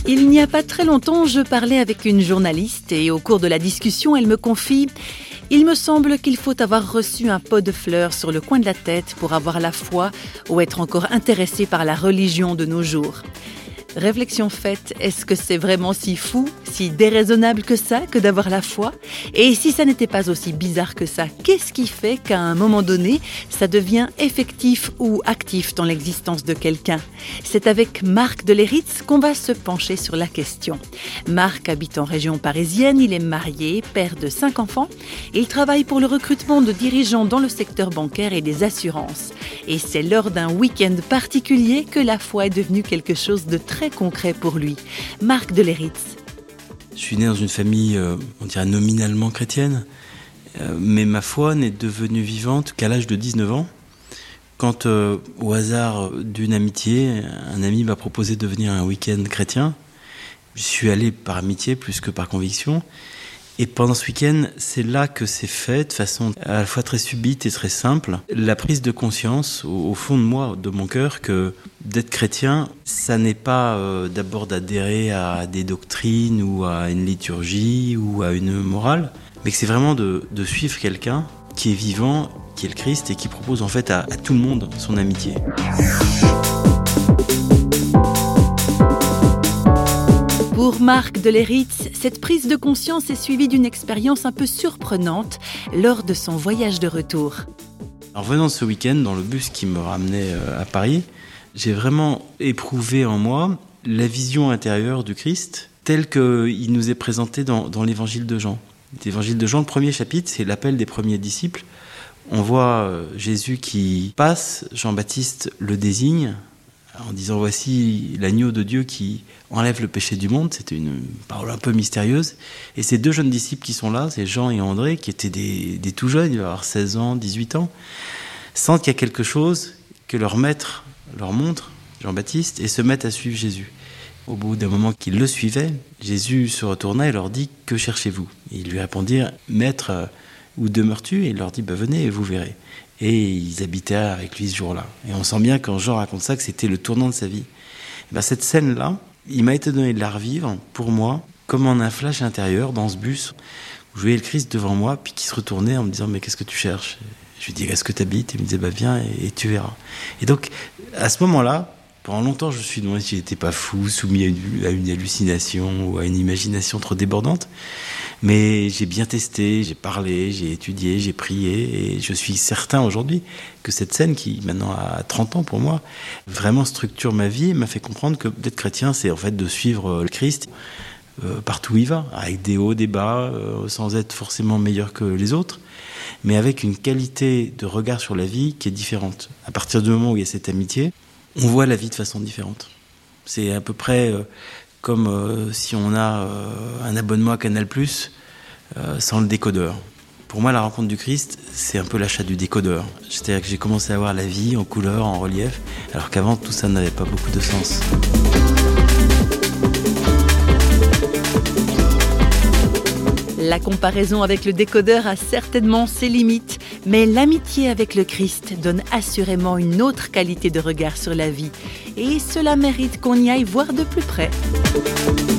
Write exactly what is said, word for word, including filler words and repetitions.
Il n'y a pas très longtemps, je parlais avec une journaliste et au cours de la discussion, elle me confie « Il me semble qu'il faut avoir reçu un pot de fleurs sur le coin de la tête pour avoir la foi ou être encore intéressé par la religion de nos jours. » Réflexion faite, est-ce que c'est vraiment si fou, si déraisonnable que ça, que d'avoir la foi ? Et si ça n'était pas aussi bizarre que ça, qu'est-ce qui fait qu'à un moment donné, ça devient effectif ou actif dans l'existence de quelqu'un ? C'est avec Marc Deleritz qu'on va se pencher sur la question. Marc habite en région parisienne, il est marié, père de cinq enfants. Il travaille pour le recrutement de dirigeants dans le secteur bancaire et des assurances. Et c'est lors d'un week-end particulier que la foi est devenue quelque chose de très concret pour lui. Marc Deleritz. Je suis né dans une famille, euh, on dirait nominalement chrétienne, euh, mais ma foi n'est devenue vivante qu'à l'âge de dix-neuf ans, quand euh, au hasard d'une amitié, un ami m'a proposé de venir un week-end chrétien. Je suis allé par amitié plus que par conviction. Et pendant ce week-end, c'est là que s'est fait, de façon à la fois très subite et très simple, la prise de conscience au, au fond de moi, de mon cœur, que d'être chrétien, ça n'est pas euh, d'abord d'adhérer à des doctrines ou à une liturgie ou à une morale, mais que c'est vraiment de, de suivre quelqu'un qui est vivant, qui est le Christ et qui propose en fait à, à tout le monde son amitié. Pour Marc Deleritz, cette prise de conscience est suivie d'une expérience un peu surprenante lors de son voyage de retour. En revenant ce week-end dans le bus qui me ramenait à Paris, j'ai vraiment éprouvé en moi la vision intérieure du Christ telle qu'il nous est présenté dans, dans l'évangile de Jean. L'évangile de Jean, le premier chapitre, c'est l'appel des premiers disciples. On voit Jésus qui passe, Jean-Baptiste le désigne, en disant « Voici l'agneau de Dieu qui enlève le péché du monde ». C'était une parole un peu mystérieuse. Et ces deux jeunes disciples qui sont là, c'est Jean et André, qui étaient des, des tout jeunes, ils devaient avoir seize ans, dix-huit ans, sentent qu'il y a quelque chose que leur maître leur montre, Jean-Baptiste, et se mettent à suivre Jésus. Au bout d'un moment qu'ils le suivaient, Jésus se retourna et leur dit « Que cherchez-vous » Et ils lui répondirent « Maître, où demeures-tu » Et il leur dit bah, « Venez et vous verrez ». Et ils habitaient avec lui ce jour-là. Et on sent bien quand Jean raconte ça que c'était le tournant de sa vie. Et ben cette scène-là, il m'a été donné de la revivre, pour moi, comme en un flash intérieur, dans ce bus, où je voyais le Christ devant moi, puis qui se retournait en me disant « Mais qu'est-ce que tu cherches ?» Je lui dis « Est-ce que tu habites ?» Et il me disait bah, « Viens et, et tu verras. » Et donc, à ce moment-là, pendant longtemps, je me suis demandé si j'étais pas fou, soumis à une, à une hallucination ou à une imagination trop débordante. Mais j'ai bien testé, j'ai parlé, j'ai étudié, j'ai prié, et je suis certain aujourd'hui que cette scène, qui maintenant a trente ans pour moi, vraiment structure ma vie et m'a fait comprendre que d'être chrétien, c'est en fait de suivre le Christ euh, partout où il va, avec des hauts, des bas, euh, sans être forcément meilleur que les autres, mais avec une qualité de regard sur la vie qui est différente. À partir du moment où il y a cette amitié, on voit la vie de façon différente. C'est à peu près euh, comme euh, si on a euh, un abonnement à Canal plus, euh, sans le décodeur. Pour moi, la rencontre du Christ, c'est un peu l'achat du décodeur. C'est-à-dire que j'ai commencé à voir la vie en couleur, en relief, alors qu'avant, tout ça n'avait pas beaucoup de sens. La comparaison avec le décodeur a certainement ses limites, mais l'amitié avec le Christ donne assurément une autre qualité de regard sur la vie. Et cela mérite qu'on y aille voir de plus près.